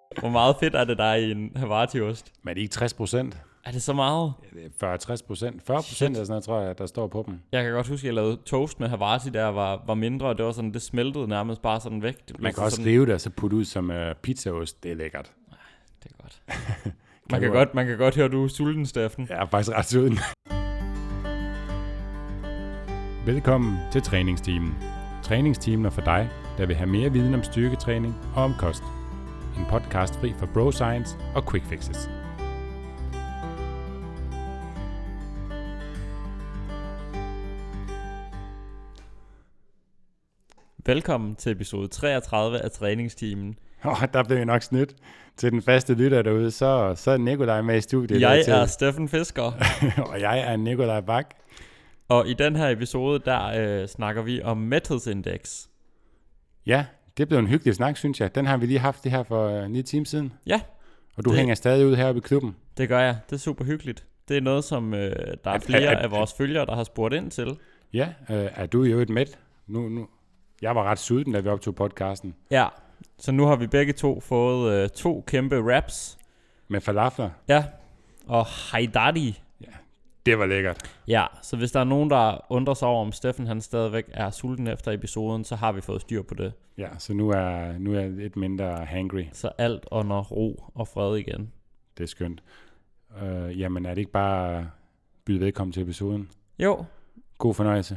Hvor meget fedt er det der i en Havarti-ost? Men er det ikke 60%? Er det så meget? 40-60%? 40% eller sådan noget, tror jeg, der står på dem. Jeg kan godt huske, at jeg lavede toast med Havarti, der var mindre, og det var sådan, det smeltede nærmest bare sådan væk. Man kan også rive det og så putte ud som pizzaost. Det er lækkert. Det er godt. Man kan godt høre, at du er sulten, Steffen. Jeg er faktisk ret sulten. Velkommen til træningsteamen. Træningsteamen er for dig, der vil have mere viden om styrketræning og om kost. En podcast fri for bro science og quick fixes. Velkommen til episode 33 af træningsteamen. Der blev jeg nok snydt til den faste lytter derude. Så er Nikolaj med i studiet. Jeg er Steffen Fisker. Og jeg er Nikolaj Bak. Og i den her episode, der snakker vi om mæthedsindex. Ja, det blev en hyggelig snak, synes jeg. Den har vi lige haft det her for 9 timer siden. Ja. Og du hænger stadig ud heroppe i klubben. Det gør jeg. Det er super hyggeligt. Det er noget, som der er flere af vores følgere, der har spurgt ind til. Ja, er du jo et mæt? Nu. Jeg var ret sulten, da vi optog podcasten. Ja, så nu har vi begge to fået 2 kæmpe wraps. Med falafler. Ja, og haidari. Ja, det var lækkert. Ja, så hvis der er nogen, der undrer sig over, om Steffen han stadigvæk er sulten efter episoden, så har vi fået styr på det. Ja, så nu er jeg lidt mindre hangry. Så alt under ro og fred igen. Det er skønt. Jamen er det ikke bare byde velkommen til episoden? Jo. God fornøjelse.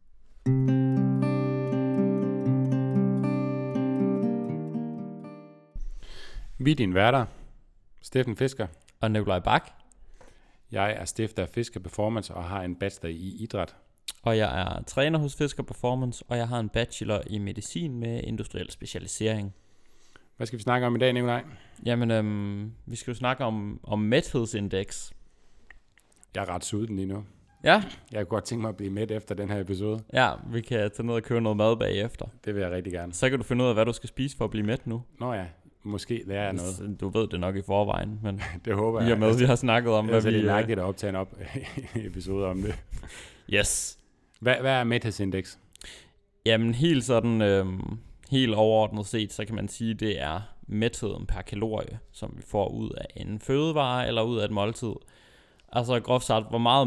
Vi er dine værter, Steffen Fisker. Og Nikolaj Bak. Jeg er stifter af Fisker Performance og har en bachelor i idræt. Og jeg er træner hos Fisker Performance, og jeg har en bachelor i medicin med industriel specialisering. Hvad skal vi snakke om i dag, Nikolaj? Jamen, vi skal jo snakke om mæthedsindeks. Jeg er ret sulten lige nu. Ja. Jeg kunne godt tænke mig at blive mæt efter den her episode. Ja, vi kan tage ned og købe noget mad bagefter. Det vil jeg rigtig gerne. Så kan du finde ud af, hvad du skal spise for at blive mæt nu. Nå ja, måske lærer jeg noget. Du ved det nok i forvejen, men det håber jeg. I og med, vi har snakket om, hvad vi... Det er mærkeligt at optage en episode om det. Yes. Hvad er mæthedsindeks? Jamen helt sådan, helt overordnet set, så kan man sige, det er mætheden per kalorie, som vi får ud af en fødevare eller ud af et måltid. Altså groft sagt, hvor meget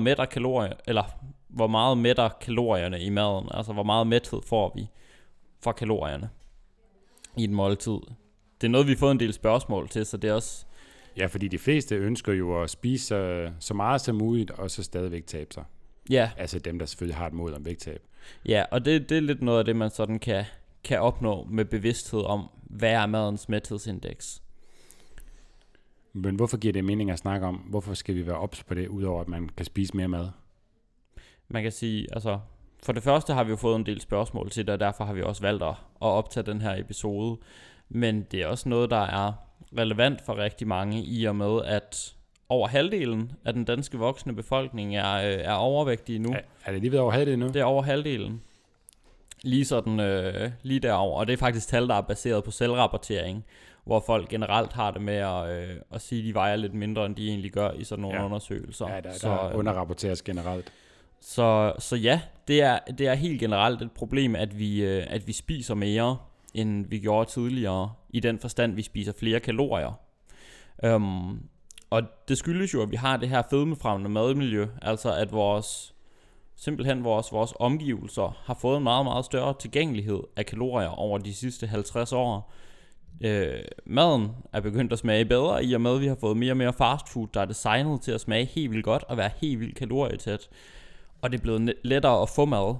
mætter kalorierne i maden, altså hvor meget mæthed får vi fra kalorierne i et måltid. Det er noget, vi har fået en del spørgsmål til, så det er også... Ja, fordi de fleste ønsker jo at spise så meget som muligt, og så stadigvæk tabe sig. Ja. Altså dem, der selvfølgelig har et mål om vægttab. Ja, og det er lidt noget af det, man sådan kan opnå med bevidsthed om, hvad er madens mæthedsindeks. Men hvorfor giver det mening at snakke om? Hvorfor skal vi være ops på det, udover at man kan spise mere mad? Man kan sige, altså... For det første har vi jo fået en del spørgsmål til det, og derfor har vi også valgt at optage den her episode. Men det er også noget, der er relevant for rigtig mange, i og med, at over halvdelen af den danske voksne befolkning er overvægtige nu. Er det lige ved over halvdelen nu? Det er over halvdelen. Lige sådan, lige derover. Og det er faktisk tal, der er baseret på selvrapportering, hvor folk generelt har det med at sige, at de vejer lidt mindre, end de egentlig gør i sådan nogle undersøgelser. Ja, der underrapporteres generelt. Så ja, det er helt generelt et problem, at vi spiser mere, end vi gjorde tidligere, i den forstand, vi spiser flere kalorier. Og det skyldes jo, at vi har det her fedmefremmende madmiljø, altså at vores omgivelser har fået en meget, meget større tilgængelighed af kalorier over de sidste 50 år. Maden er begyndt at smage bedre, i og med, at vi har fået mere og mere fastfood, der er designet til at smage helt vildt godt og være helt vildt kalorietæt. Og det er blevet lettere at få mad.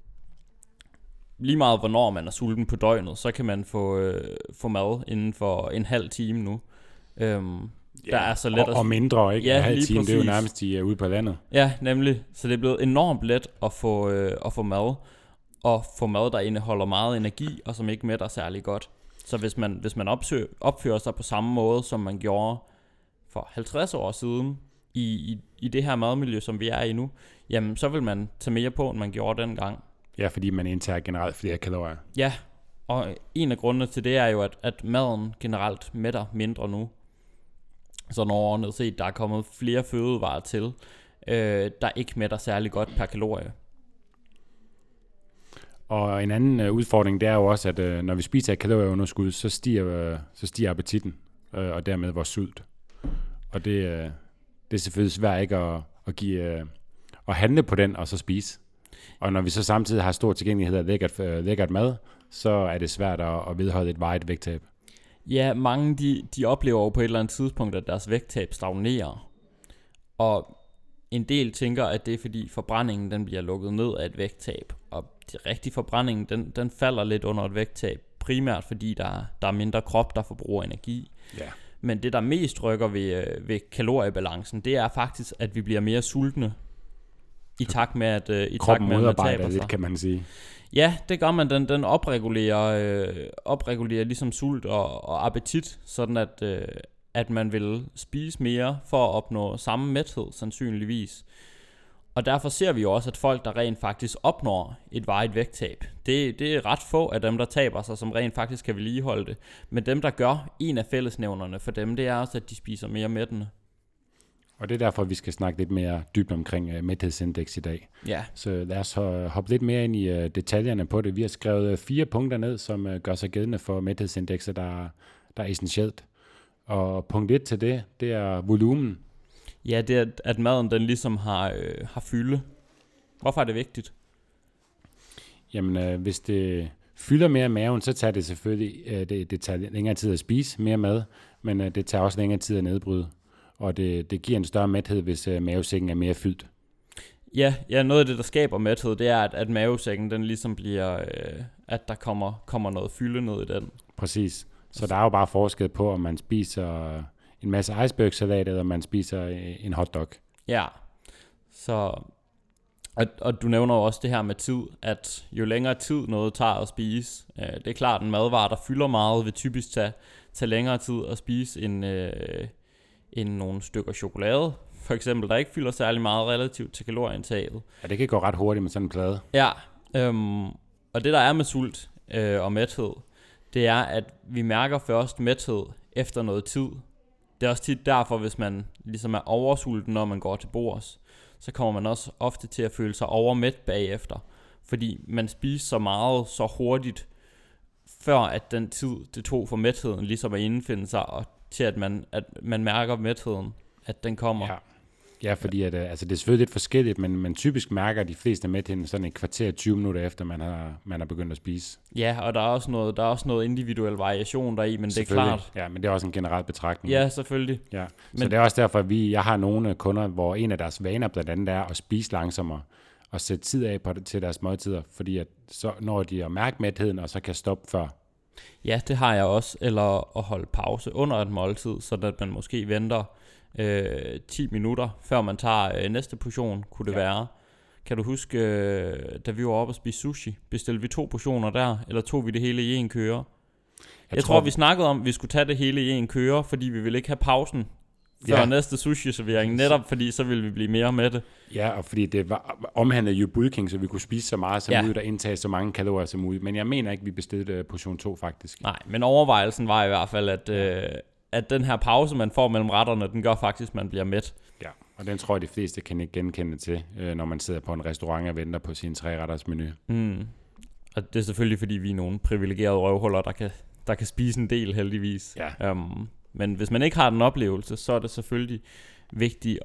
Lige meget hvornår man er sulten på døgnet, så kan man få mad inden for en halv time nu. Der er så let og mindre, ikke? Ja, en halv lige time, præcis. Det er jo nærmest ude på landet. Ja, nemlig. Så det er blevet enormt let at få mad. Og få mad, der indeholder meget energi, og som ikke mætter særlig godt. Så hvis man opfører sig på samme måde, som man gjorde for 50 år siden, i det her madmiljø, som vi er i nu, jamen så vil man tage mere på, end man gjorde dengang. Ja, fordi man indtager generelt flere kalorier. Ja, og en af grundene til det er jo, at maden generelt mætter mindre nu. Så overordnet set, der er kommet flere fødevarer til, der ikke mætter særlig godt per kalorie. Og en anden udfordring, det er jo også, at når vi spiser et kalorieunderskud, så stiger appetitten. og dermed vores sult. Og det er selvfølgelig svært ikke at handle på den og så spise. Og når vi så samtidig har stor tilgængelighed af lækkert mad, så er det svært at vedholde et varigt vægttab. Ja, mange de oplever jo på et eller andet tidspunkt, at deres vægttab stagnerer. Og en del tænker, at det er fordi forbrændingen den bliver lukket ned af et vægttab. Og det rigtige forbrændingen, den falder lidt under et vægttab. Primært fordi der er mindre krop, der forbruger energi. Ja. Men det, der mest rykker ved kaloriebalancen, det er faktisk, at vi bliver mere sultne. I takt med, at kroppen modarbejder lidt, kan man sige. Ja, det gør man. Den opregulerer ligesom sult og appetit, sådan at man vil spise mere for at opnå samme mæthed, sandsynligvis. Og derfor ser vi jo også, at folk, der rent faktisk opnår et varigt vægttab, det er ret få af dem, der taber sig, som rent faktisk kan vedligeholde det. Men dem, der gør, en af fællesnævnerne for dem, det er også, at de spiser mere mættende. Og det er derfor, vi skal snakke lidt mere dybt omkring mæthedsindeks i dag. Ja. Så lad os hoppe lidt mere ind i detaljerne på det. Vi har skrevet 4 punkter ned, som gør sig gældende for mæthedsindekser, der er essentielt. Og punkt 1 til det er volumen. Ja, det er, at maden den ligesom har fylde. Hvorfor er det vigtigt? Jamen, hvis det fylder mere i maven, så tager det selvfølgelig, det tager længere tid at spise mere mad, men det tager også længere tid at nedbryde. Og det giver en større mæthed, hvis mavesækken er mere fyldt. Ja, noget af det, der skaber mæthed, det er, at mavesækken, den ligesom bliver, at der kommer noget fylde ned i den. Præcis. Så der er jo bare forskel på, om man spiser en masse icebergsalat, eller om man spiser en hotdog. Ja, så og du nævner jo også det her med tid, at jo længere tid noget tager at spise, det er klart, en madvare, der fylder meget, vil typisk tage længere tid at spise end nogle stykker chokolade, for eksempel, der ikke fylder særlig meget relativt til kalorieindtaget. Ja, det kan gå ret hurtigt med sådan en plade. Ja, og det der er med sult og mæthed, det er, at vi mærker først mæthed efter noget tid. Det er også tit derfor, hvis man ligesom er oversulten, når man går til bords, så kommer man også ofte til at føle sig overmæt bagefter. Fordi man spiser så meget, så hurtigt, før at den tid, det tog for mætheden, ligesom at indfinde sig, og til at man mærker mætheden, at den kommer. Ja, fordi at, det er selvfølgelig lidt forskelligt, men typisk mærker de fleste mætheden sådan et kvarter 20 minutter efter, man har begyndt at spise. Ja, og der er også noget individuel variation deri, men det er klart. Ja, men det er også en generel betragtning. Ja, selvfølgelig. Ja. Så det er også derfor, at jeg har nogle kunder, hvor en af deres vaner blandt andet er at spise langsommere og sætte tid af til deres måltider, fordi at så når de at mærke mætheden, og så kan stoppe før. Ja, det har jeg også, eller at holde pause under et måltid, så at man måske venter 10 minutter, før man tager næste portion, kunne det være. Kan du huske, da vi var oppe og spise sushi, bestilte vi 2 portioner der, eller tog vi det hele i en køre? Jeg tror, vi snakkede om, at vi skulle tage det hele i en køre, fordi vi ville ikke have pausen før næste sushi-servering, netop fordi så ville vi blive mere med det. Ja, og fordi det omhandlede jo bulking, så vi kunne spise så meget som muligt og indtage så mange kalorier som muligt. Men jeg mener ikke, vi bestilte portion 2 faktisk. Nej, men overvejelsen var i hvert fald, at den her pause, man får mellem retterne, den gør faktisk, at man bliver mæt. Ja, og den tror jeg, de fleste kan ikke genkende til, når man sidder på en restaurant og venter på sin 3-retters menu. Og det er selvfølgelig, fordi vi er nogle privilegerede røvhuller, der kan spise en del heldigvis. Ja. Men hvis man ikke har den oplevelse, så er det selvfølgelig vigtigt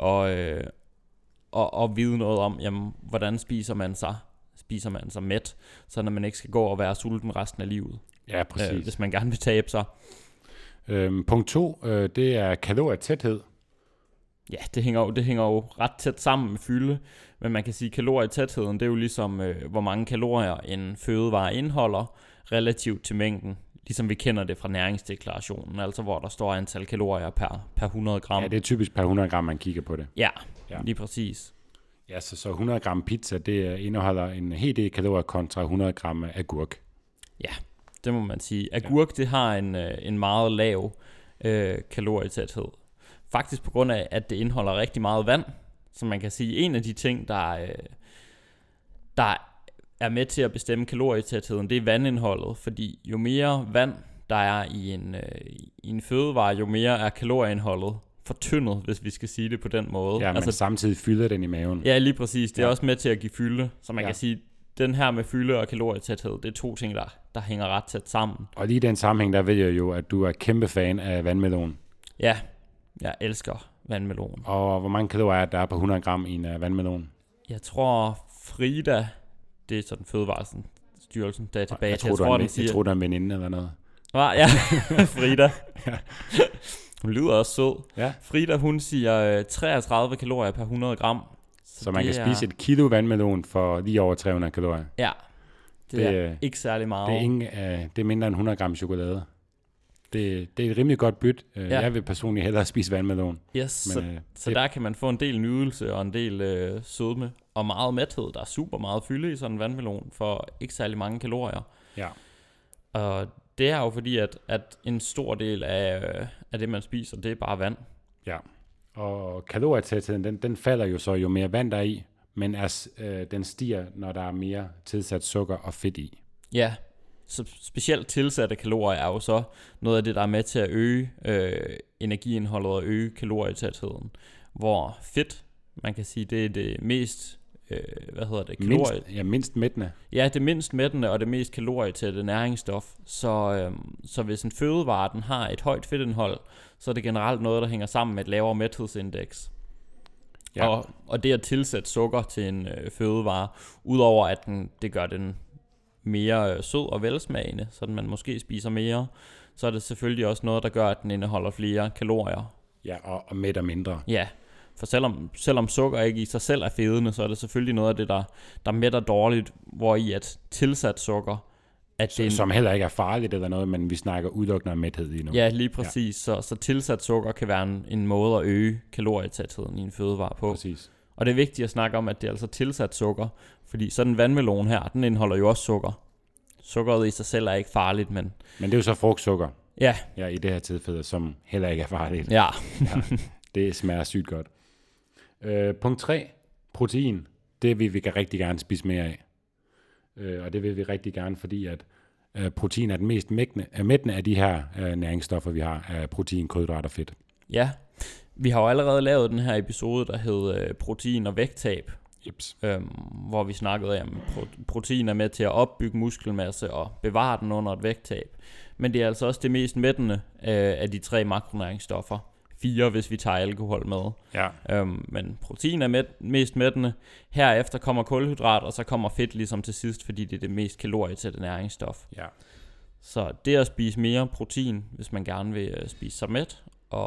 at vide noget om, jamen, hvordan spiser man sig mæt, så man ikke skal gå og være sulten resten af livet. Ja, præcis. Hvis man gerne vil tabe sig. Punkt 2, det er kalorietæthed. Ja, det hænger jo ret tæt sammen med fylde, men man kan sige, at kalorietætheden, det er jo ligesom, hvor mange kalorier en fødevare indeholder, relativt til mængden, ligesom vi kender det fra næringsdeklarationen, altså hvor der står antal kalorier per 100 gram. Ja, det er typisk per 100 gram, man kigger på det. Ja. Lige præcis. Ja, så 100 gram pizza, det indeholder en hel del kalorier kontra 100 gram agurk. Ja, det må man sige. Agurk, det har en meget lav kalorietæthed. Faktisk på grund af, at det indeholder rigtig meget vand, så man kan sige, en af de ting, der er med til at bestemme kalorietætheden, det er vandindholdet, fordi jo mere vand der er i en fødevare, jo mere er kalorieindholdet fortyndet, hvis vi skal sige det på den måde. Ja, men samtidig fylder den i maven. Ja, lige præcis. Det er også med til at give fylde, så man kan sige, den her med fylde og kalorietæthed, det er 2 ting, der hænger ret tæt sammen. Og lige i den sammenhæng, der ved jeg jo, at du er kæmpe fan af vandmelon. Ja, jeg elsker vandmelon. Og hvor mange kalorier er der er på 100 gram i en vandmelon? Jeg tror, Frida, det er sådan Fødevarestyrelsen, der er tilbage jeg til. Jeg tror, der er en veninde eller noget. Ja, Frida. Ja. Hun lyder også sød. Ja. Frida, hun siger 33 kalorier per 100 gram. Så man kan spise et kilo vandmelon for lige over 300 kalorier. Ja, det er ikke særlig meget. Det er mindre end 100 gram chokolade. Det er et rimelig godt byt. Jeg vil personligt hellere spise vandmelon. Yes, men, så der kan man få en del nydelse og en del sødme og meget mæthed. Der er super meget fylde i sådan en vandmelon for ikke særlig mange kalorier. Ja. Og det er jo fordi, at en stor del af det, man spiser, det er bare vand. Ja, og kalorietætheden, den falder jo så, jo mere vand der er i, men den stiger, når der er mere tilsat sukker og fedt i. Ja, så specielt tilsatte kalorier er jo så noget af det, der er med til at øge energiindholdet og øge kalorietætheden. Hvor fedt, man kan sige, det er det mest mindst mættende. Ja, det mindst mættende og det mest kalorietætte næringsstof. Så hvis en fødevare den har et højt fedtindhold, så er det generelt noget, der hænger sammen med et lavere mæthedsindeks. Ja. Og det at tilsætte sukker til en fødevare, udover at det gør den mere sød og velsmagende, så man måske spiser mere, så er det selvfølgelig også noget, der gør, at den indeholder flere kalorier. Ja, og mætter mindre. Ja, for selvom sukker ikke i sig selv er fedende, så er det selvfølgelig noget af det, der mætter dårligt, hvor i at tilsat sukker, som heller ikke er farligt eller noget, men vi snakker udelukkende om mæthed lige nu. Ja, lige præcis. Ja. Så tilsat sukker kan være en måde at øge kalorietætheden i en fødevare på. Præcis. Og det er vigtigt at snakke om, at det er altså tilsat sukker, fordi sådan en vandmelon her, den indeholder jo også sukker. Sukkeret i sig selv er ikke farligt, men det er jo så frugtsukker. Ja. Ja, i det her tilfælde, som heller ikke er farligt. Ja. Det smager sygt godt. Punkt 3. Protein. Det vil vi rigtig gerne spise mere af. Og det vil vi rigtig gerne, fordi at protein er den mest mættende af de her næringsstoffer, vi har, af protein, kulhydrat og fedt. Ja, vi har jo allerede lavet den her episode, der hed protein og vægttab. Jeps. Hvor vi snakkede om, at protein er med til at opbygge muskelmasse og bevare den under et vægttab. Men det er altså også det mest mættende af de 3 makronæringsstoffer. 4, hvis vi tager alkohol med. Ja. Men protein er mest mættende. Herefter kommer kulhydrat, og så kommer fedt ligesom til sidst, fordi det er det mest kalorietætte næringsstof. Ja. Så det at spise mere protein, hvis man gerne vil spise sig mæt,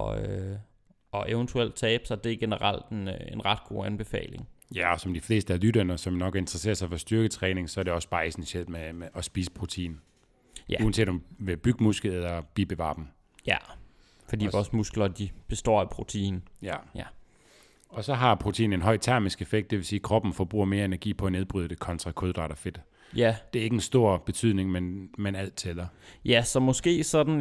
og eventuelt tabe sig, det er generelt en ret god anbefaling. Ja, og som de fleste af lytterne, som nok interesserer sig for styrketræning, så er det også bare essentielt med at spise protein. Ja. Uanset om vi vil bygge muskel eller bibevare dem. Ja, fordi vores muskler, de består af protein. Ja. Og så har protein en høj termisk effekt, det vil sige, at kroppen forbruger mere energi på at nedbryde det kontra kulhydrat og fedt. Ja. Det er ikke en stor betydning, men alt tæller. Ja, så måske sådan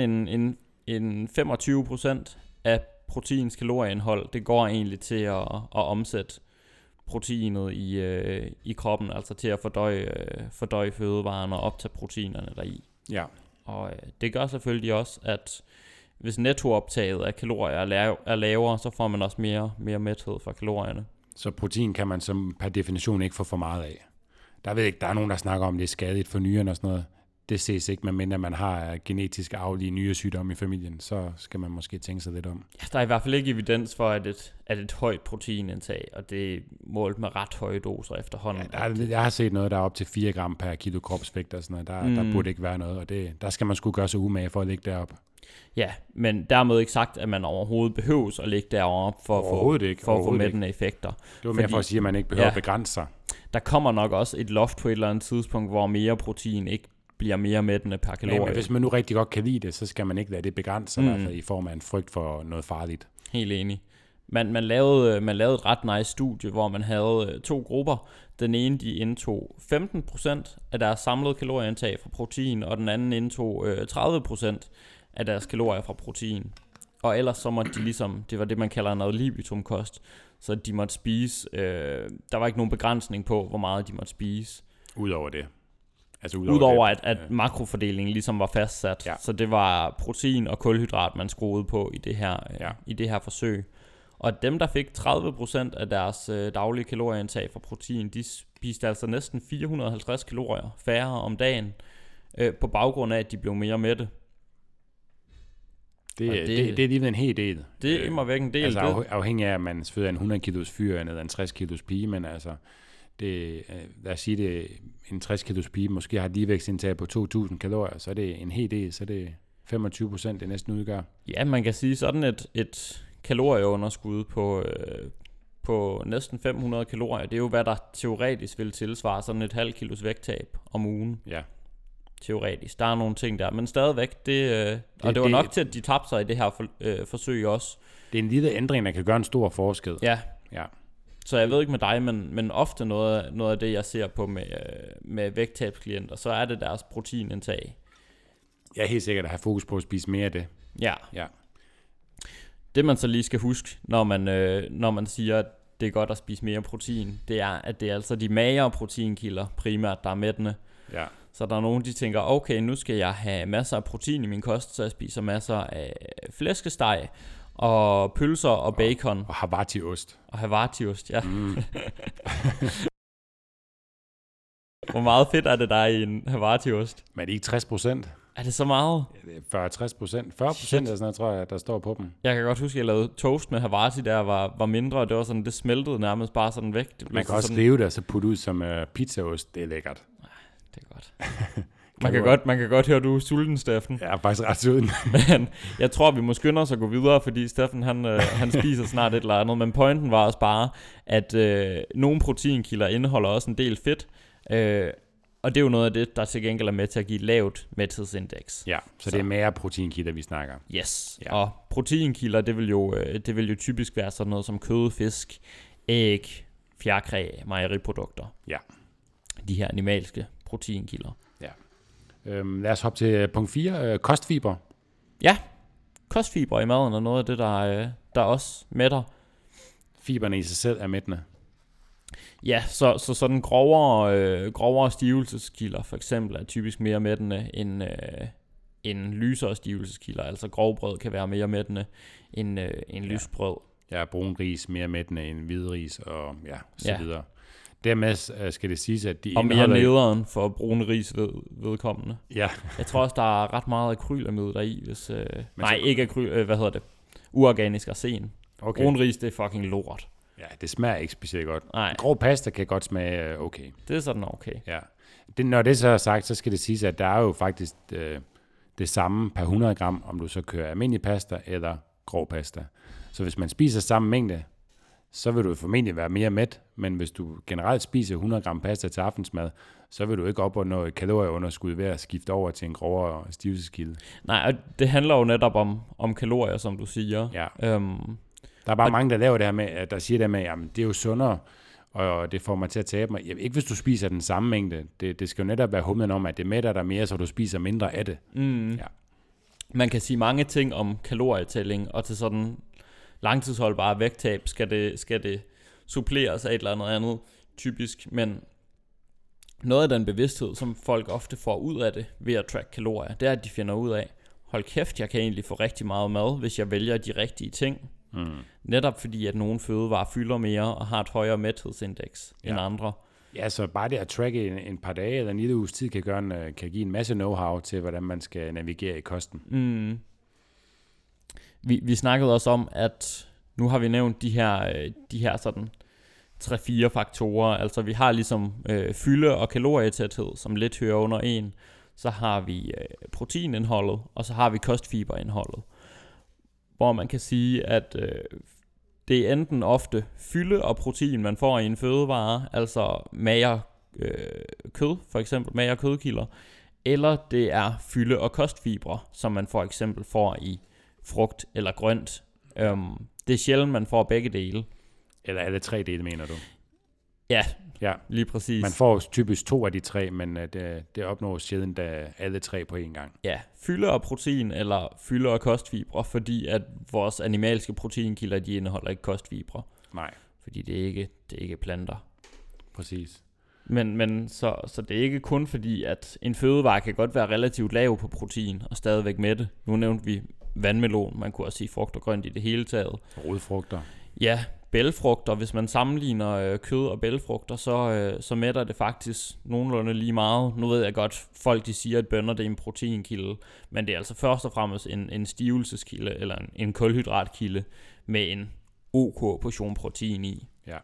en 25% af proteins kalorieindhold, det går egentlig til at omsætte proteinet i kroppen, altså til at fordøje fødevaren og optage proteinerne deri. Ja. Og det gør selvfølgelig også, at hvis nettooptaget af kalorier er lavere, så får man også mere mæthed fra kalorierne. Så protein kan man som per definition ikke få for meget af. Der er nogen, der snakker om, det er skadeligt for nyrerne og sådan noget. Det ses ikke, medmindre man har genetisk arvelige nyresygdomme i familien, så skal man måske tænke sig lidt om. Ja, der er i hvert fald ikke evidens for, at et højt proteinindtag, og det er målt med ret høje doser efterhånden. Ja, jeg har set noget, der er op til 4 gram per kilo kropsvægt og sådan noget. Der burde ikke være noget, og der skal man sgu gøre sig umage for at ligge deroppe. Ja, men dermed ikke sagt, at man overhovedet behøves at ligge deroppe for at få mættende effekter. Det var mere for at sige, at man ikke behøver at begrænse sig. Der kommer nok også et loft på et eller andet tidspunkt, hvor mere protein ikke bliver mere mættende per kalorie. Men hvis man nu rigtig godt kan lide det, så skal man ikke lade det begrænse sig, i hvert fald i form af en frygt for noget farligt. Helt enig. Man lavede et ret nice studie, hvor man havde 2 grupper. Den ene, de indtog 15% af deres samlede kalorieindtag fra protein, og den anden indtog 30% af deres kalorier fra protein. Og ellers så måtte de ligesom, det var det man kalder en ad libitum-kost, så de måtte spise, der var ikke nogen begrænsning på, hvor meget de måtte spise. Udover det. Altså udover at makrofordelingen ligesom var fastsat. Ja. Så det var protein og kulhydrat, man skruede på i det her forsøg. Og dem, der fik 30% af deres daglige kalorieindtag fra protein, de spiste altså næsten 450 kalorier færre om dagen, på baggrund af, at de blev mere mætte. Det er alligevel en hel del. Det er immer væk en del. Altså afhængig af, at man føder en 100 kilos fyr eller en 60 kilos pige, men altså, lad os sige det, en 60 kilos pige måske har et ligevægtsindtag på 2.000 kalorier, så er det en hel del, så er det 25% det næsten udgør. Ja, man kan sige sådan et kalorieunderskud på næsten 500 kalorier, det er jo hvad der teoretisk vil tilsvare sådan et halvt kilos vægttab om ugen. Ja. Teoretisk. Der er nogle ting der, men stadigvæk, og det var nok til, at de tabte sig i det her forsøg også. Det er en lille ændring, der kan gøre en stor forskel. Ja. Ja. Så jeg ved ikke med dig, men ofte noget af det, jeg ser på med vægttabsklienter, så er det deres proteinindtag. Jeg er helt sikkert at have fokus på at spise mere af det. Ja. Ja. Det man så lige skal huske, når man siger, at det er godt at spise mere protein, det er, at det er altså de magre proteinkilder primært, der er mættende. Ja. Så der er nogen, de tænker, okay, nu skal jeg have masser af protein i min kost, så jeg spiser masser af flæskesteg og pølser og bacon. Og Havarti-ost. Og Havarti-ost, ja. Hvor meget fedt er det der i en Havarti-ost? Men er det ikke 60%? Er det så meget? 40-60%. 40% eller sådan noget, tror jeg, der står på dem. Jeg kan godt huske, at jeg lavede toast med Havarti, der var mindre, og det var sådan, det smeltede nærmest bare sådan væk. Man kan også skrive det og så putte ud som pizzaost. Det er lækkert. Det er godt. Man kan godt høre, at du er sulten, Steffen. Jeg er faktisk ret sulten. Men jeg tror, vi må skynde os at gå videre, fordi Steffen han spiser snart et eller andet. Men pointen var også bare, at nogle proteinkilder indeholder også en del fedt. Og det er jo noget af det, der til gengæld er med til at give et lavt mæthedsindeks. Ja, så det er mere proteinkilder, vi snakker. Yes, ja. Og proteinkilder, det vil jo typisk være sådan noget som kød, fisk, æg, fjerkræ, mejeriprodukter. Ja. De her animalske proteinkilder. Ja. Lad os hoppe til punkt 4, kostfiber. Ja, kostfiber i maden er noget af det, der også mætter. Fiberne i sig selv er mættende. Ja, så sådan grovere stivelseskilder for eksempel er typisk mere mættende end lysere stivelseskilder. Altså grovbrød kan være mere mættende end lysbrød. Ja, brun ris mere mættende end hvid ris og så videre. Dermed skal det siges, at de indeholder... Og mere nederen for brun ris vedkommende. Ja. Jeg tror også, der er ret meget akrylamid deri, hvis... ikke akryl... hvad hedder det? Uorganisk arsen. Okay. Brun ris, det er fucking lort. Ja, det smager ikke specielt godt. Nej. Grov pasta kan godt smage okay. Det er sådan okay. Ja. Når det så er sagt, så skal det siges, at der er jo faktisk det samme per 100 gram, om du så kører almindelig pasta eller grov pasta. Så hvis man spiser samme mængde, så vil du formentlig være mere mæt, men hvis du generelt spiser 100 gram pasta til aftensmad, så vil du ikke opnå et kalorieunderskud ved at skifte over til en grovere stivelseskilde. Nej, og det handler jo netop om kalorier, som du siger. Ja. Der er bare mange, der laver det her med, der siger det med, at det er jo sundere, og det får mig til at tabe mig. Ikke hvis du spiser den samme mængde. Det skal jo netop være humlen om, at det mætter dig mere, så du spiser mindre af det. Ja. Man kan sige mange ting om kalorietælling, og til sådan langtidsholdbare vægttab skal det suppleres af et eller andet typisk, men noget af den bevidsthed, som folk ofte får ud af det ved at track kalorier, det er, at de finder ud af, hold kæft, jeg kan egentlig få rigtig meget mad, hvis jeg vælger de rigtige ting. Netop fordi, at nogle fødevarer fylder mere og har et højere mæthedsindeks end andre. Ja, så bare det at tracke en par dage eller en lille uges tid kan give en masse know-how til, hvordan man skal navigere i kosten. Vi snakkede også om, at nu har vi nævnt de her sådan 3-4 faktorer. Altså vi har ligesom fylde og kalorietæthed, som lidt hører under en. Så har vi proteinindholdet, og så har vi kostfiberindholdet. Hvor man kan sige, at det er enten ofte fylde og protein, man får i en fødevare, altså mager kød, for eksempel mager kødkilder, eller det er fylde og kostfibre, som man for eksempel får i frugt eller grønt. Det er sjældent, man får begge dele. Eller alle 3 dele, mener du? Ja, lige præcis. Man får typisk 2 af de 3, men det opnås sjældent alle 3 på en gang. Ja, fylde og protein eller fylde og kostfibre, fordi at vores animalske proteinkilder, de indeholder ikke kostfibre. Nej. Fordi det er ikke planter. Præcis. Men så det er ikke kun fordi, at en fødevare kan godt være relativt lav på protein og stadigvæk mætte. Nu nævnte vi vandmelon, man kunne også sige frugt og grønt i det hele taget. Rodfrugter. Ja, bælgfrugter, hvis man sammenligner kød og bælgfrugter, så mætter det faktisk nogenlunde lige meget. Nu ved jeg godt, folk de siger, at bønner det er en proteinkilde, men det er altså først og fremmest en stivelseskilde, eller en kulhydratkilde, med en OK portion protein i. Ja.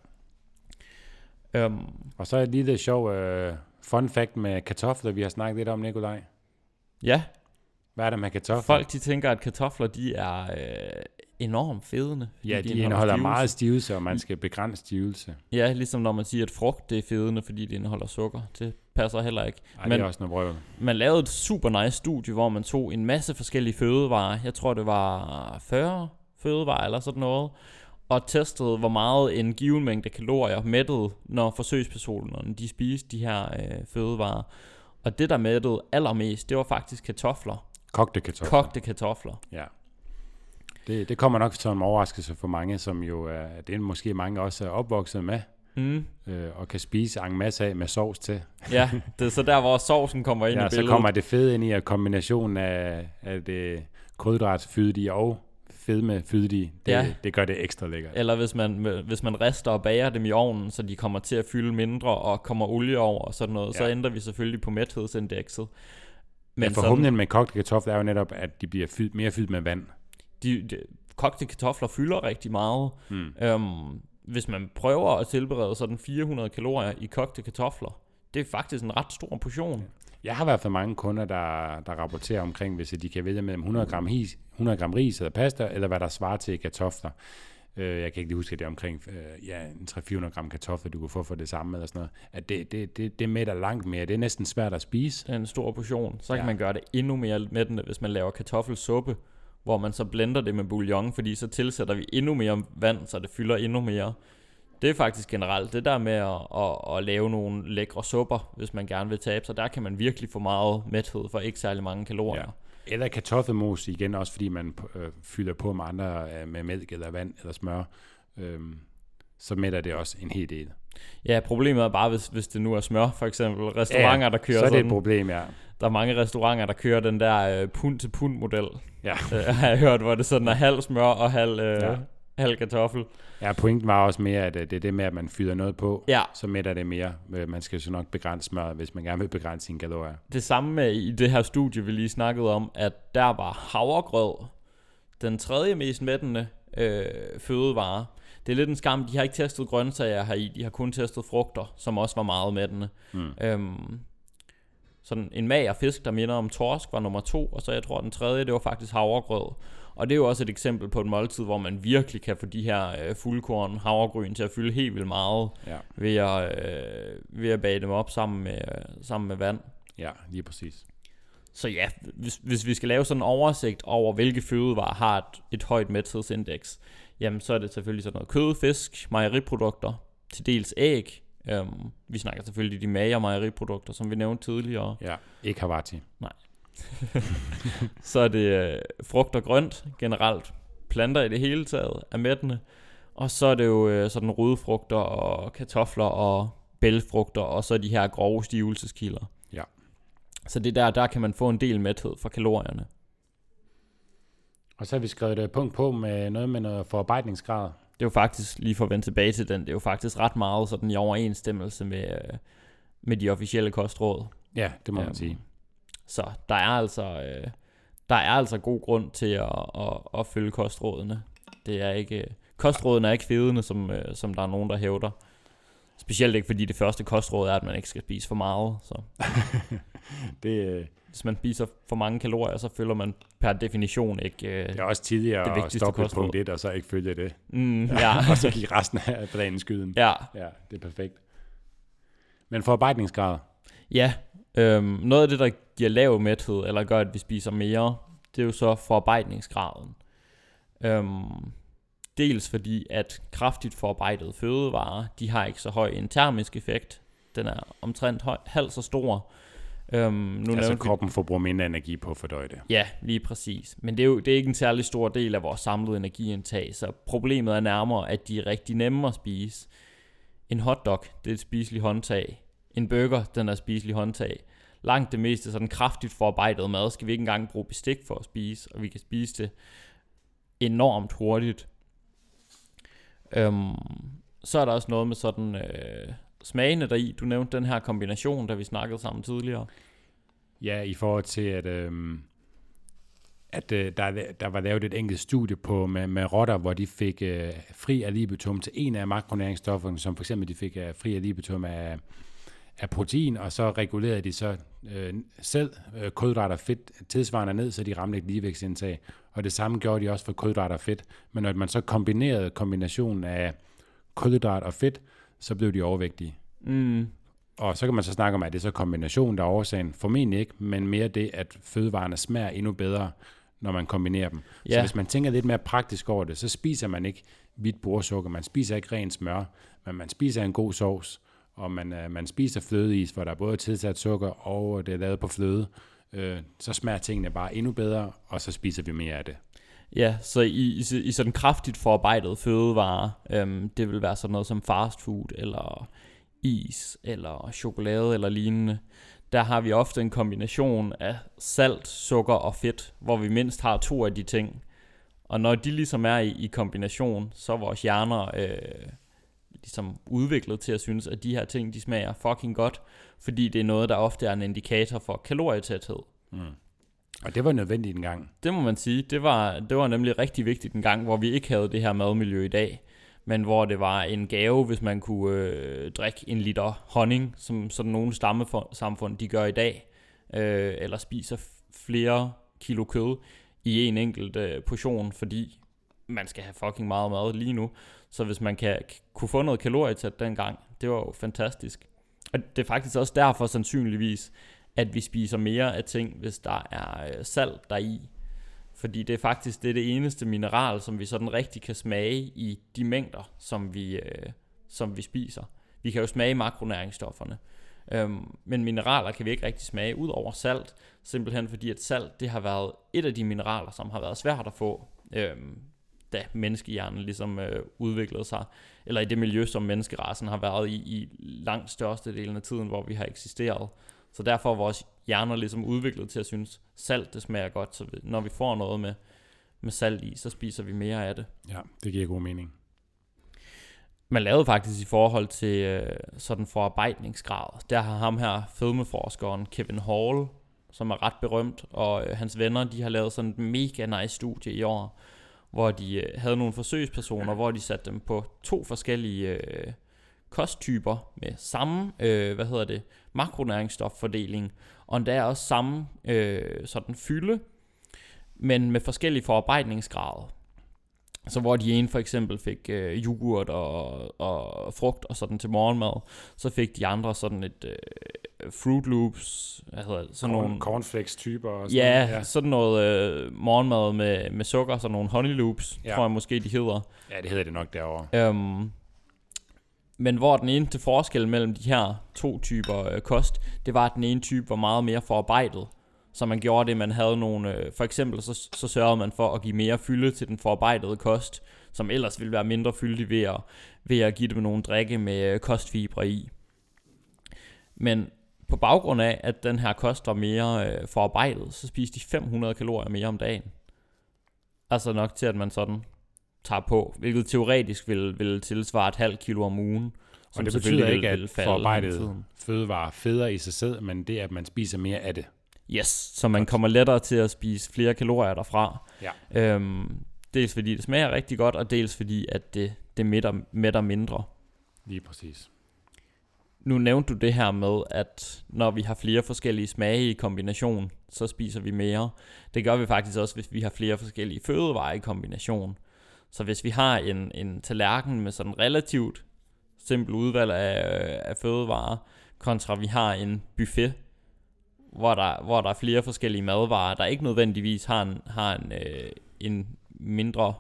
Og så et lille sjov fun fact med kartofler, vi har snakket lidt om, Nikolaj. Ja. Hvad er der med kartofler? Folk de tænker, at kartofler de er enormt fedende. Ja, de indeholder meget stivelse, og man skal begrænse stivelse. Ja, ligesom når man siger, at frugt det er fedende, fordi det indeholder sukker. Det passer heller ikke. Ej, det er også noget brød. Man lavede et super nice studie, hvor man tog en masse forskellige fødevarer. Jeg tror, det var 40 fødevarer eller sådan noget. Og testede, hvor meget en given mængde kalorier mættede, når forsøgspersonerne de spiste de her fødevarer. Og det, der mættede allermest, det var faktisk kartofler. Kogte kartofler. Ja. Det kommer nok som en overraskelse for mange, som jo det er måske mange også er opvokset med. Og kan spise en masse af med sovs til. Ja, det er så der, hvor sovsen kommer ind i billedet. Ja, så kommer det fede ind i, at kombinationen af det kulhydratfyldige og fedmefyldige, det gør det ekstra lækkert. Eller hvis man rister og bager dem i ovnen, så de kommer til at fylde mindre og kommer olie over og sådan noget, så ændrer vi selvfølgelig på mæthedsindekset. Men humlen med kogte kartofler er jo netop, at de bliver mere fyldt med vand. Kogte kartofler fylder rigtig meget. Hvis man prøver at tilberede sådan 400 kalorier i kogte kartofler, det er faktisk en ret stor portion. Jeg har i hvert fald mange kunder, der rapporterer omkring, hvis de kan vælge mellem 100 gram ris eller pasta, eller hvad der svarer til kartofler. Jeg kan ikke lige huske, at det er omkring 300-400 gram kartofler, du kan få for det samme eller sådan noget. At det mætter langt mere. Det er næsten svært at spise. Det er en stor portion. Så kan man gøre det endnu mere mættende, hvis man laver kartoffelsuppe, hvor man så blender det med bouillon, fordi så tilsætter vi endnu mere vand, så det fylder endnu mere. Det er faktisk generelt det der med at lave nogle lækre supper, hvis man gerne vil tabe sig. Der kan man virkelig få meget mæthed for ikke særlig mange kalorier. Ja. Eller kartoffelmos igen, også fordi man fylder på med andre med mælk eller vand eller smør. Så mætter det også en hel del. Ja, problemet er bare, hvis det nu er smør, for eksempel. Restauranter, der kører så er det sådan, et problem, ja. Der er mange restauranter, der kører den der pund-til-pund-model. Ja. Har jeg hørt, hvor det sådan er halv smør og halv kartoffel. Ja, pointen var også mere, at det er det med, at man fylder noget på, så mætter det mere. Man skal så nok begrænse smør, hvis man gerne vil begrænse sine kalorier. Det samme med i det her studie, vi lige snakkede om, at der var havregrød den tredje mest mættende fødevare. Det er lidt en skam, de har ikke testet grøntsager heri, de har kun testet frugter, som også var meget mættende. Sådan en mager fisk, der minder om torsk, var nummer 2, og så jeg tror, den tredje, det var faktisk havregrød. Og det er jo også et eksempel på et måltid, hvor man virkelig kan få de her fuldkorn havregryn til at fylde helt vildt meget, ved at bage dem op sammen med vand. Ja, lige præcis. Så ja, hvis vi skal lave sådan en oversigt over, hvilke fødevarer har et højt mæthedsindeks, jamen så er det selvfølgelig sådan noget kød, fisk, mejeriprodukter, til dels æg. Vi snakker selvfølgelig de magre mejeriprodukter, som vi nævnte tidligere. Ja, ikke Havarti. Nej. Så er det frugt og grønt, generelt planter i det hele taget er mættende. Og så er det jo sådan rodfrugter og kartofler og bælgfrugter, og så de her grove stivelseskilder. Ja. Så det der kan man få en del mæthed fra kalorierne. Og så har vi skrevet et punkt på med noget forarbejdningsgrad. Det er jo faktisk, lige for at vende tilbage til den, det er jo faktisk ret meget sådan i overensstemmelse med de officielle kostråd. Ja, det må man sige. Så der er altså god grund til at følge kostrådene. Det er ikke kostrådene er ikke fedende, som der er nogen der hævder. Specielt ikke fordi det første kostråd er, at man ikke skal spise for meget. Så. Hvis man spiser for mange kalorier, så følger man per definition ikke det er også tidligere at stoppe kostråd. Punkt 1, og så ikke følge det. Ja. Og så give resten af planen skyden. Ja, det er perfekt. Men forarbejdningsgrad? Ja, noget af det, der giver lav mæthed, eller gør, at vi spiser mere, det er jo så forarbejdningsgraden. Dels fordi, at kraftigt forarbejdede fødevarer, de har ikke så høj en termisk effekt. Den er omtrent halvt så stor. Altså kroppen forbruger mindre energi på at fordøje det. Ja, lige præcis. Men det er ikke en særlig stor del af vores samlede energiindtag, så problemet er nærmere, at de er rigtig nemme at spise. En hotdog, det er et spiseligt håndtag. En burger, den er spiselig håndtag. Langt det meste sådan kraftigt forarbejdet mad skal vi ikke engang bruge bestik for at spise, og vi kan spise det enormt hurtigt. Så er der også noget med sådan smagene deri. Du nævnte den her kombination, da vi snakkede sammen tidligere. Ja, i forhold til, at der var lavet et enkelt studie på med rotter, hvor de fik fri af libetum til en af makronæringsstofferne, som for eksempel de fik fri af libetum af protein, og så regulerede de så selv kulhydrater og fedt tilsvarende ned, så de ramte et ligevægtsindtag. Og det samme gjorde de også for kulhydrater og fedt. Men når man så kombinerede kombinationen af kulhydrat og fedt, så blev de overvægtige. Og så kan man så snakke om, at det er så kombinationen, der er årsagen. Formentlig ikke, men mere det, at fødevarene smager endnu bedre, når man kombinerer dem. Ja. Så hvis man tænker lidt mere praktisk over det, så spiser man ikke hvidt bordsukker, man spiser ikke ren smør, men man spiser en god sovs, og man spiser flødeis, hvor der er både tilsat sukker, og det er lavet på fløde. Så smager tingene bare endnu bedre, og så spiser vi mere af det. Ja, så i sådan kraftigt forarbejdet fødevarer, det vil være sådan noget som fast food, eller is, eller chokolade, eller lignende. Der har vi ofte en kombination af salt, sukker og fedt, hvor vi mindst har 2 af de ting. Og når de ligesom er i kombination, så er vores hjerner ligesom udviklet til at synes, at de her ting, de smager fucking godt, fordi det er noget, der ofte er en indikator for kalorietæthed. Og det var nødvendigt en gang. Det må man sige. Det var nemlig rigtig vigtigt en gang, hvor vi ikke havde det her madmiljø i dag, men hvor det var en gave, hvis man kunne drikke 1 liter honning, som sådan nogle stammesamfund, de gør i dag, eller spiser flere kilo kød i en enkelt portion, fordi man skal have fucking meget mad lige nu. Så hvis man kunne få noget kalorietæt dengang, det var jo fantastisk. Og det er faktisk også derfor sandsynligvis, at vi spiser mere af ting, hvis der er salt deri. Fordi det er faktisk det eneste mineral, som vi sådan rigtig kan smage i de mængder, som vi spiser. Vi kan jo smage makronæringsstofferne. Men mineraler kan vi ikke rigtig smage ud over salt, simpelthen fordi at salt, det har været et af de mineraler, som har været svært at få, da menneskehjernen ligesom udviklede sig, eller i det miljø, som menneskerassen har været i langt størstedelen af tiden, hvor vi har eksisteret. Så derfor er vores hjerner ligesom udviklet til at synes, salt det smager godt, så når vi får noget med salt i, så spiser vi mere af det. Ja, det giver god mening. Man lavede faktisk i forhold til sådan forarbejdningsgrad. Der har ham her fedmeforskeren Kevin Hall, som er ret berømt, og hans venner, de har lavet sådan et mega nice studie i år, hvor de havde nogle forsøgspersoner, hvor de satte dem på 2 forskellige kosttyper med samme, makronæringsstoffordeling, og endda også samme sådan fylde, men med forskellige forarbejdningsgrader. Så hvor de ene for eksempel fik yoghurt og frugt og sådan til morgenmad, så fik de andre sådan et Fruit Loops, sådan nogle cornflakes typer og sådan noget. Sådan noget morgenmad med sukker, sådan nogle Honey Loops, tror jeg måske de hedder. Ja, det hedder det nok derovre. Men hvor den ene til forskel mellem de her 2 typer kost, det var, at den ene type var meget mere forarbejdet. Så man gjorde det, man havde nogle, for eksempel så sørgede man for at give mere fylde til den forarbejdede kost, som ellers ville være mindre fyldig ved at give dem nogle drikke med kostfibre i. Men på baggrund af, at den her kost var mere forarbejdet, så spiste de 500 kalorier mere om dagen. Altså nok til, at man sådan tager på, hvilket teoretisk vil tilsvare et halvt kilo om ugen. Og det betyder ikke, at forarbejdet fødevarer fedder i sig selv, men det er, at man spiser mere af det. Yes, så man kommer lettere til at spise flere kalorier derfra. Ja. Dels fordi det smager rigtig godt, og dels fordi at det mætter mindre. Lige præcis. Nu nævnte du det her med, at når vi har flere forskellige smage i kombination, så spiser vi mere. Det gør vi faktisk også, hvis vi har flere forskellige fødevarer i kombination. Så hvis vi har en tallerken med sådan relativt simpel udvalg af fødevarer, kontra vi har en buffet, hvor der er flere forskellige madvarer, der ikke nødvendigvis har en mindre,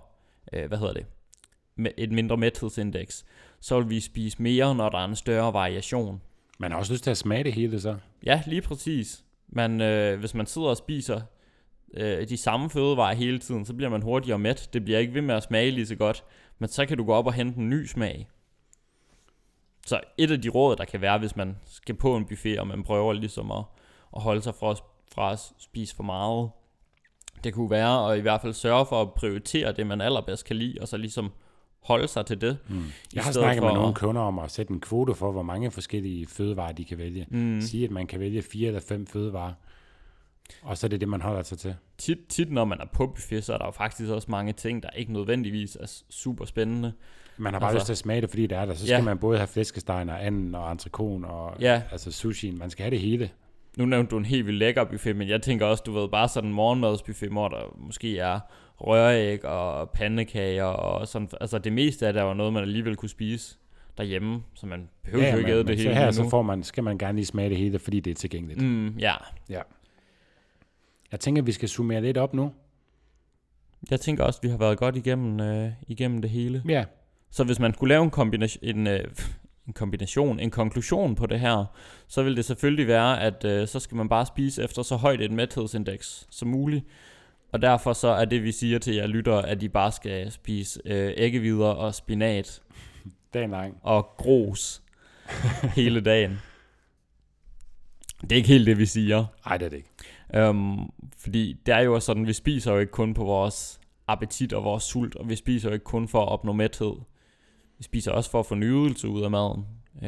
et mindre mæthedsindeks, så vil vi spise mere, når der er en større variation. Man har også lyst til at smage det hele, så? Ja, lige præcis. Hvis man sidder og spiser de samme fødevarer hele tiden, så bliver man hurtigere mæt. Det bliver ikke ved med at smage lige så godt, men så kan du gå op og hente en ny smag. Så et af de råd, der kan være, hvis man skal på en buffet, og man prøver ligesom at holde sig fra at spise for meget, det kunne være at i hvert fald sørge for at prioritere det, man allerbedst kan lide, og så ligesom holde sig til det. Jeg har snakket med nogle kunder om at sætte en kvote for, hvor mange forskellige fødevarer de kan vælge. Sige, at man kan vælge 4 eller 5 fødevarer, og så er det det, man holder sig til. Tit når man er på buffet, så er der jo faktisk også mange ting, der ikke nødvendigvis er super spændende. Man har bare lyst til at smage det, fordi det er der. Så skal man både have flæskestegen og anden og entrecôte og altså sushi. Man skal have det hele. Nu nævnte du en helt vildt lækker buffet, men jeg tænker også, du ved, bare sådan en morgenmadsbuffet, hvor der måske er røræg og pandekager og sådan. Altså det meste af det er jo noget, man alligevel kunne spise derhjemme, så man behøver jo ikke æde det hele. Her så skal man gerne lige smage det hele, fordi det er tilgængeligt. Ja. Jeg tænker, vi skal summere lidt op nu. Jeg tænker også, at vi har været godt igennem det hele. Ja. Så hvis man skulle lave en konklusion på det her, så vil det selvfølgelig være, at så skal man bare spise efter så højt et mæthedsindeks som muligt. Og derfor så er det, vi siger til jer lyttere, at I bare skal spise æggehvider og spinat. Dagen lang. Og grus hele dagen. Det er ikke helt det, vi siger. Nej, det er det ikke. Fordi det er jo sådan, vi spiser jo ikke kun på vores appetit og vores sult, og vi spiser jo ikke kun for at opnå mæthed. Vi spiser også for at få nydelse ud af maden.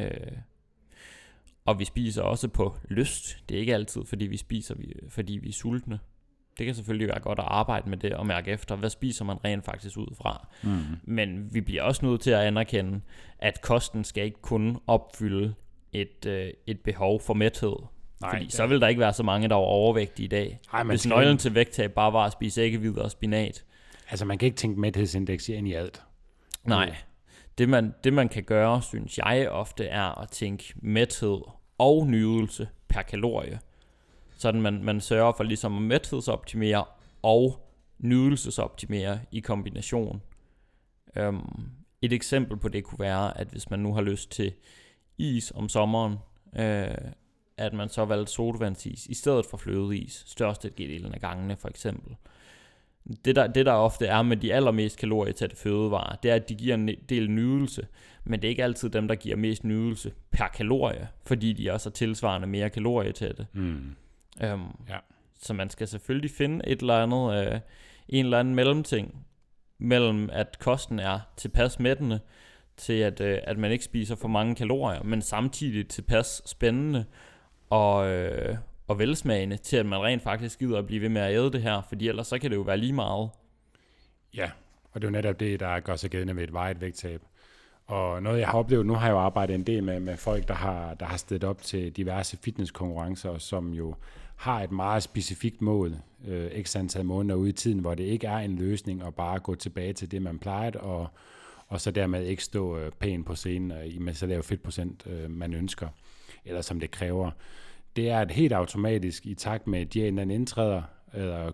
Og vi spiser også på lyst. Det er ikke altid, fordi vi spiser, fordi vi er sultne. Det kan selvfølgelig være godt at arbejde med det og mærke efter, hvad spiser man rent faktisk ud fra. Men vi bliver også nødt til at anerkende, at kosten skal ikke kun opfylde et behov for mæthed. Fordi så vil der ikke være så mange, der er overvægtige i dag. Hvis nøglen til vægttab bare var at spise æggehvider og spinat. Altså man kan ikke tænke mæthedsindeks ind i alt. Nej. Det man kan gøre, synes jeg ofte, er at tænke mæthed og nydelse per kalorie. Sådan man sørger for ligesom at mæthedsoptimere og nydelsesoptimere i kombination. Et eksempel på det kunne være, at hvis man nu har lyst til is om sommeren, at man så valgte sodavandsis i stedet for flødeis, størstedelen af gangene for eksempel. Det der ofte er med de allermest kalorietætte fødevarer, det er, at de giver en del nydelse, men det er ikke altid dem, der giver mest nydelse per kalorie, fordi de også er tilsvarende mere kalorietætte. Så man skal selvfølgelig finde en eller anden mellemting, mellem at kosten er tilpas mættende, til at man ikke spiser for mange kalorier, men samtidig tilpas spændende og velsmagende, til at man rent faktisk gider at blive ved med at æde det her, fordi ellers så kan det jo være lige meget. Ja, og det er jo netop det, der gør sig gældende ved et varigt vægttab. Og noget jeg har oplevet, nu har jeg jo arbejdet en del med folk, der har stedet op til diverse fitnesskonkurrencer, som jo har et meget specifikt mål, x antal måneder ude i tiden, hvor det ikke er en løsning at bare gå tilbage til det, man plejede, og så dermed ikke stå pæn på scenen med så lav fedtprocent, man ønsker, eller som det kræver. Det er et helt automatisk, i takt med diæten indtræder, eller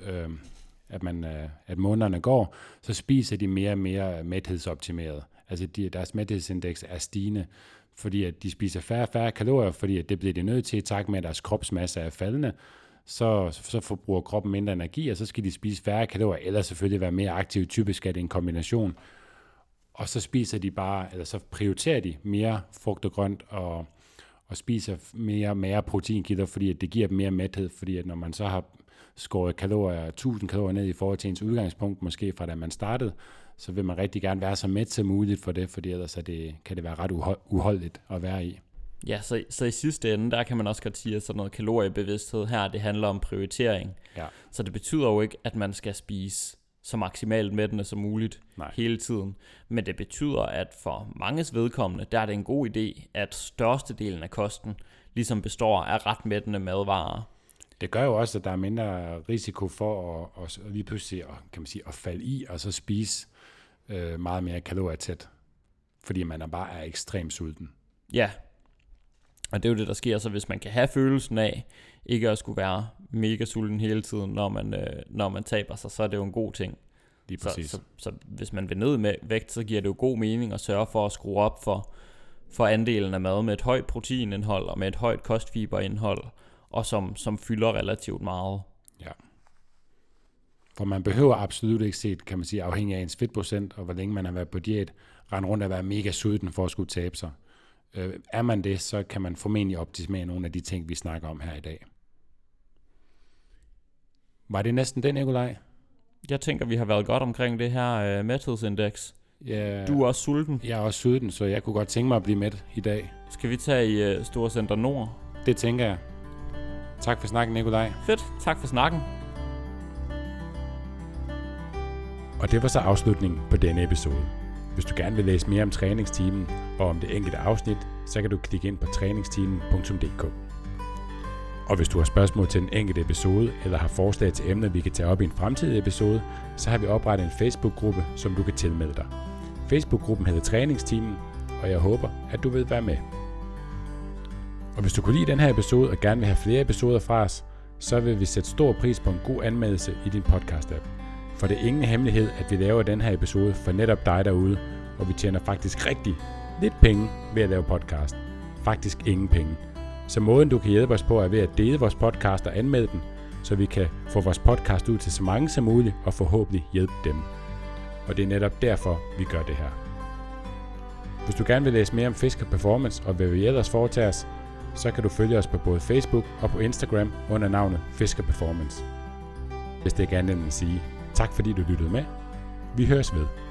at månederne går, så spiser de mere og mere mæthedsoptimeret. Altså deres mæthedsindeks er stigende, fordi at de spiser færre og færre kalorier, fordi at det bliver de nødt til, i takt med at deres kropsmasse er faldende, så forbruger kroppen mindre energi, og så skal de spise færre kalorier, eller selvfølgelig være mere aktive. Typisk er det en kombination. Og så spiser de bare, eller så prioriterer de mere frugt og grønt, og spiser mere proteinkilder, fordi at det giver dem mere mæthed, fordi at når man så har skåret 1000 kalorier ned i forhold til ens udgangspunkt, måske fra da man startede, så vil man rigtig gerne være så mæt som muligt for det, fordi ellers kan det være ret uholdeligt at være i. Ja, så i sidste ende, der kan man også godt sige, at sådan noget kaloriebevidsthed her, det handler om prioritering. Ja. Så det betyder jo ikke, at man skal spise så maksimalt mættende som muligt hele tiden. Men det betyder, at for manges vedkommende, der er det en god idé, at størstedelen af kosten ligesom består af ret mættende madvarer. Det gør jo også, at der er mindre risiko for at lige pludselig at falde i, og så spise meget mere kalorietæt, fordi man bare er ekstremt sulten. Ja, og det er jo det, der sker, så hvis man kan have følelsen af ikke at skulle være mega sulten hele tiden, når man taber sig, så er det jo en god ting. Lige præcis. Så hvis man vil ned med vægt, så giver det jo god mening at sørge for at skrue op for andelen af mad med et højt proteinindhold og med et højt kostfiberindhold, og som fylder relativt meget. Ja. For man behøver absolut ikke set, kan man sige, afhængig af ens fedtprocent, og hvor længe man har været på diæt, rende rundt og være mega sulten for at skulle tabe sig. Er man det, så kan man formentlig optimere nogle af de ting, vi snakker om her i dag. Var det næsten den, Nikolaj? Jeg tænker, vi har været godt omkring det her mæthedsindeks. Du er også sulten. Jeg er også sulten, så jeg kunne godt tænke mig at blive mæt i dag. Skal vi tage i Storcenter Nord? Det tænker jeg. Tak for snakken, Nikolaj. Fedt, tak for snakken. Og det var så afslutningen på denne episode. Hvis du gerne vil læse mere om træningsteamen og om det enkelte afsnit, så kan du klikke ind på træningsteamen.dk. Og hvis du har spørgsmål til den enkelte episode, eller har forslag til emner, vi kan tage op i en fremtidig episode, så har vi oprettet en Facebook-gruppe, som du kan tilmelde dig. Facebook-gruppen hedder Træningsteamen, og jeg håber, at du vil være med. Og hvis du kunne lide den her episode og gerne vil have flere episoder fra os, så vil vi sætte stor pris på en god anmeldelse i din podcast-app. For det er ingen hemmelighed, at vi laver den her episode for netop dig derude, og vi tjener faktisk rigtig lidt penge ved at lave podcast. Faktisk ingen penge. Så måden du kan hjælpe os på er ved at dele vores podcast og anmelde den, så vi kan få vores podcast ud til så mange som muligt og forhåbentlig hjælpe dem. Og det er netop derfor, vi gør det her. Hvis du gerne vil læse mere om Fisker Performance og hvad vi ellers foretager os, så kan du følge os på både Facebook og på Instagram under navnet Fisker Performance. Hvis det er gerne at sige tak fordi du lyttede med. Vi høres ved.